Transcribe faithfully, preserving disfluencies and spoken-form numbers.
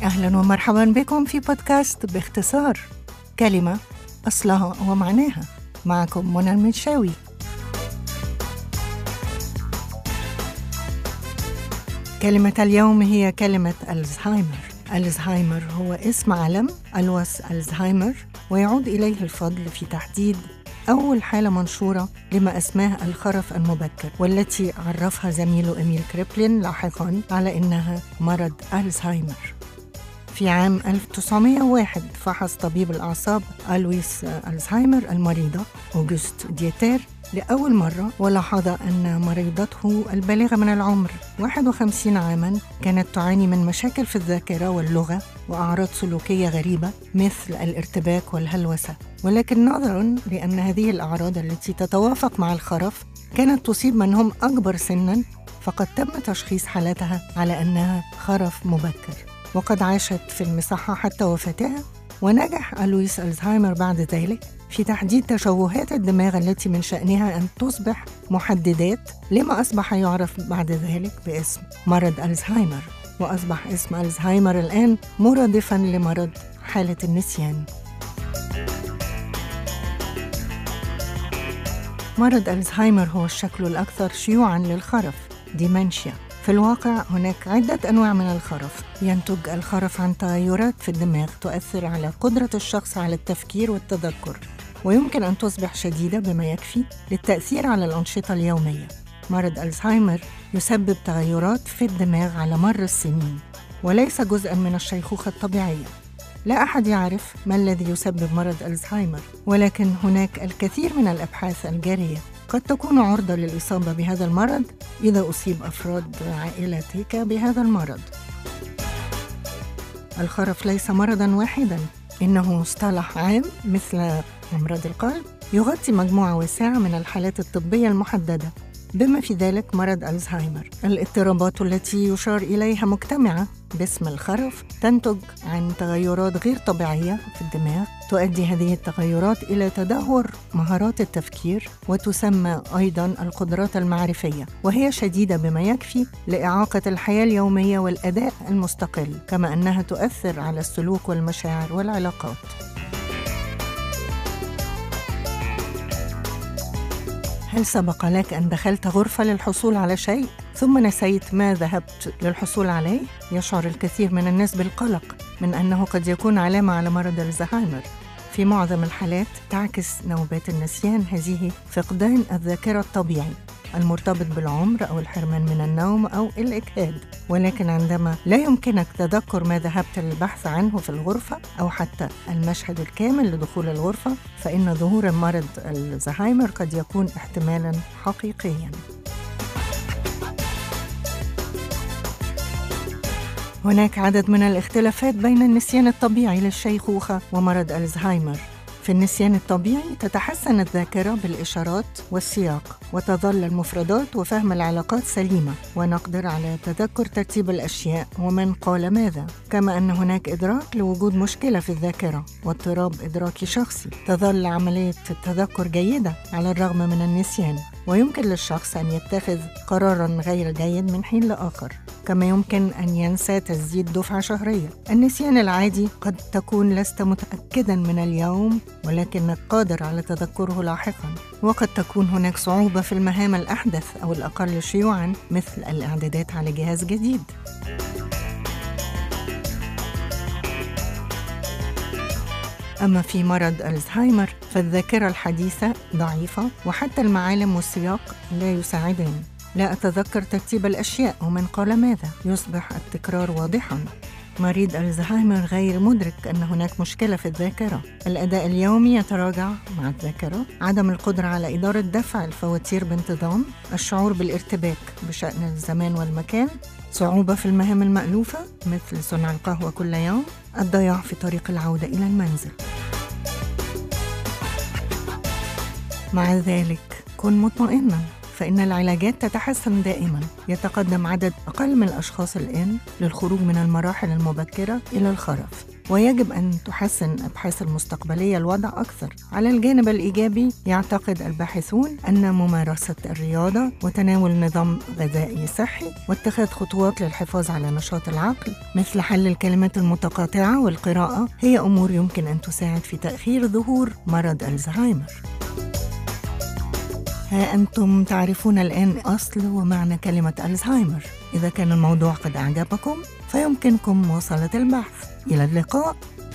أهلاً ومرحباً بكم في بودكاست باختصار، كلمة أصلها ومعناها. معكم منى المنشاوي. كلمة اليوم هي كلمة ألزهايمر. ألزهايمر هو اسم علم ألوس ألزهايمر، ويعود إليه الفضل في تحديد أول حالة منشورة لما أسماه الخرف المبكر، والتي عرفها زميله إميل كريبلين لاحقاً على إنها مرض ألزهايمر. في عام ألف وتسعمائة وواحد فحص طبيب الأعصاب ألويس ألزهايمر المريضة أوغست ديتير لأول مرة، ولاحظ أن مريضته البالغة من العمر واحد وخمسين عاماً كانت تعاني من مشاكل في الذاكرة واللغة وأعراض سلوكية غريبة مثل الارتباك والهلوسة. ولكن نظراً لأن هذه الأعراض التي تتوافق مع الخرف كانت تصيب من هم أكبر سناً، فقد تم تشخيص حالتها على أنها خرف مبكر، وقد عاشت في المصحة حتى وفاتها. ونجح ألويس ألزهايمر بعد ذلك في تحديد تشوهات الدماغ التي من شأنها أن تصبح محددات لما أصبح يعرف بعد ذلك باسم مرض ألزهايمر، وأصبح اسم ألزهايمر الآن مرادفاً لمرض حالة النسيان. مرض ألزهايمر هو الشكل الأكثر شيوعاً للخرف، ديمنشيا. في الواقع هناك عدة أنواع من الخرف. ينتج الخرف عن تغيرات في الدماغ تؤثر على قدرة الشخص على التفكير والتذكر، ويمكن أن تصبح شديدة بما يكفي للتأثير على الأنشطة اليومية. مرض ألزهايمر يسبب تغيرات في الدماغ على مر السنين، وليس جزءاً من الشيخوخة الطبيعية. لا أحد يعرف ما الذي يسبب مرض ألزهايمر، ولكن هناك الكثير من الأبحاث الجارية قد تكون عرضة للإصابة بهذا المرض إذا أصيب أفراد عائلتك بهذا المرض. الخرف ليس مرضاً واحداً، إنه مصطلح عام مثل أمراض القلب يغطي مجموعة واسعة من الحالات الطبية المحددة، بما في ذلك مرض ألزهايمر. الاضطرابات التي يشار إليها مجتمعة باسم الخرف تنتج عن تغيرات غير طبيعية في الدماغ. تؤدي هذه التغيرات إلى تدهور مهارات التفكير، وتسمى أيضاً القدرات المعرفية، وهي شديدة بما يكفي لإعاقة الحياة اليومية والأداء المستقل، كما أنها تؤثر على السلوك والمشاعر والعلاقات. هل سبق لك أن دخلت غرفة للحصول على شيء ثم نسيت ما ذهبت للحصول عليه؟ يشعر الكثير من الناس بالقلق من أنه قد يكون علامة على مرض ألزهايمر. في معظم الحالات تعكس نوبات النسيان هذه فقدان الذاكرة الطبيعي المرتبط بالعمر أو الحرمان من النوم أو الإجهاد، ولكن عندما لا يمكنك تذكر ما ذهبت للبحث عنه في الغرفة أو حتى المشهد الكامل لدخول الغرفة، فإن ظهور مرض ألزهايمر قد يكون احتمالاً حقيقياً. هناك عدد من الاختلافات بين النسيان الطبيعي للشيخوخة ومرض ألزهايمر. في النسيان الطبيعي تتحسن الذاكرة بالإشارات والسياق، وتظل المفردات وفهم العلاقات سليمة، ونقدر على تذكر ترتيب الأشياء ومن قال ماذا. كما أن هناك إدراك لوجود مشكلة في الذاكرة واضطراب إدراكي شخصي. تظل عملية التذكر جيدة على الرغم من النسيان، ويمكن للشخص أن يتخذ قراراً غير جيد من حين لآخر. كما يمكن أن ينسى تسديد دفعة شهرية. النسيان العادي قد تكون لست متأكداً من اليوم، ولكنك قادر على تذكره لاحقاً. وقد تكون هناك صعوبة في المهام الأحدث أو الأقل شيوعاً مثل الإعدادات على جهاز جديد. أما في مرض ألزهايمر فالذاكرة الحديثة ضعيفة، وحتى المعالم والسياق لا يساعدان. لا أتذكر ترتيب الأشياء ومن قال ماذا. يصبح التكرار واضحاً. مريض ألزهايمر غير مدرك أن هناك مشكلة في الذاكرة. الأداء اليومي يتراجع مع الذاكرة. عدم القدرة على إدارة دفع الفواتير بانتظام. الشعور بالارتباك بشأن الزمان والمكان. صعوبة في المهام المألوفة مثل صنع القهوة كل يوم. الضياع في طريق العودة إلى المنزل. مع ذلك كن مطمئناً، فإن العلاجات تتحسن دائماً. يتقدم عدد أقل من الأشخاص الآن للخروج من المراحل المبكرة إلى الخرف، ويجب أن تحسن الأبحاث المستقبلية الوضع أكثر. على الجانب الإيجابي، يعتقد الباحثون أن ممارسة الرياضة وتناول نظام غذائي صحي واتخاذ خطوات للحفاظ على نشاط العقل مثل حل الكلمات المتقاطعة والقراءة هي أمور يمكن أن تساعد في تأخير ظهور مرض الزهايمر. ها أنتم تعرفون الآن أصل ومعنى كلمة ألزهايمر. إذا كان الموضوع قد أعجبكم فيمكنكم مواصلة البحث. إلى اللقاء.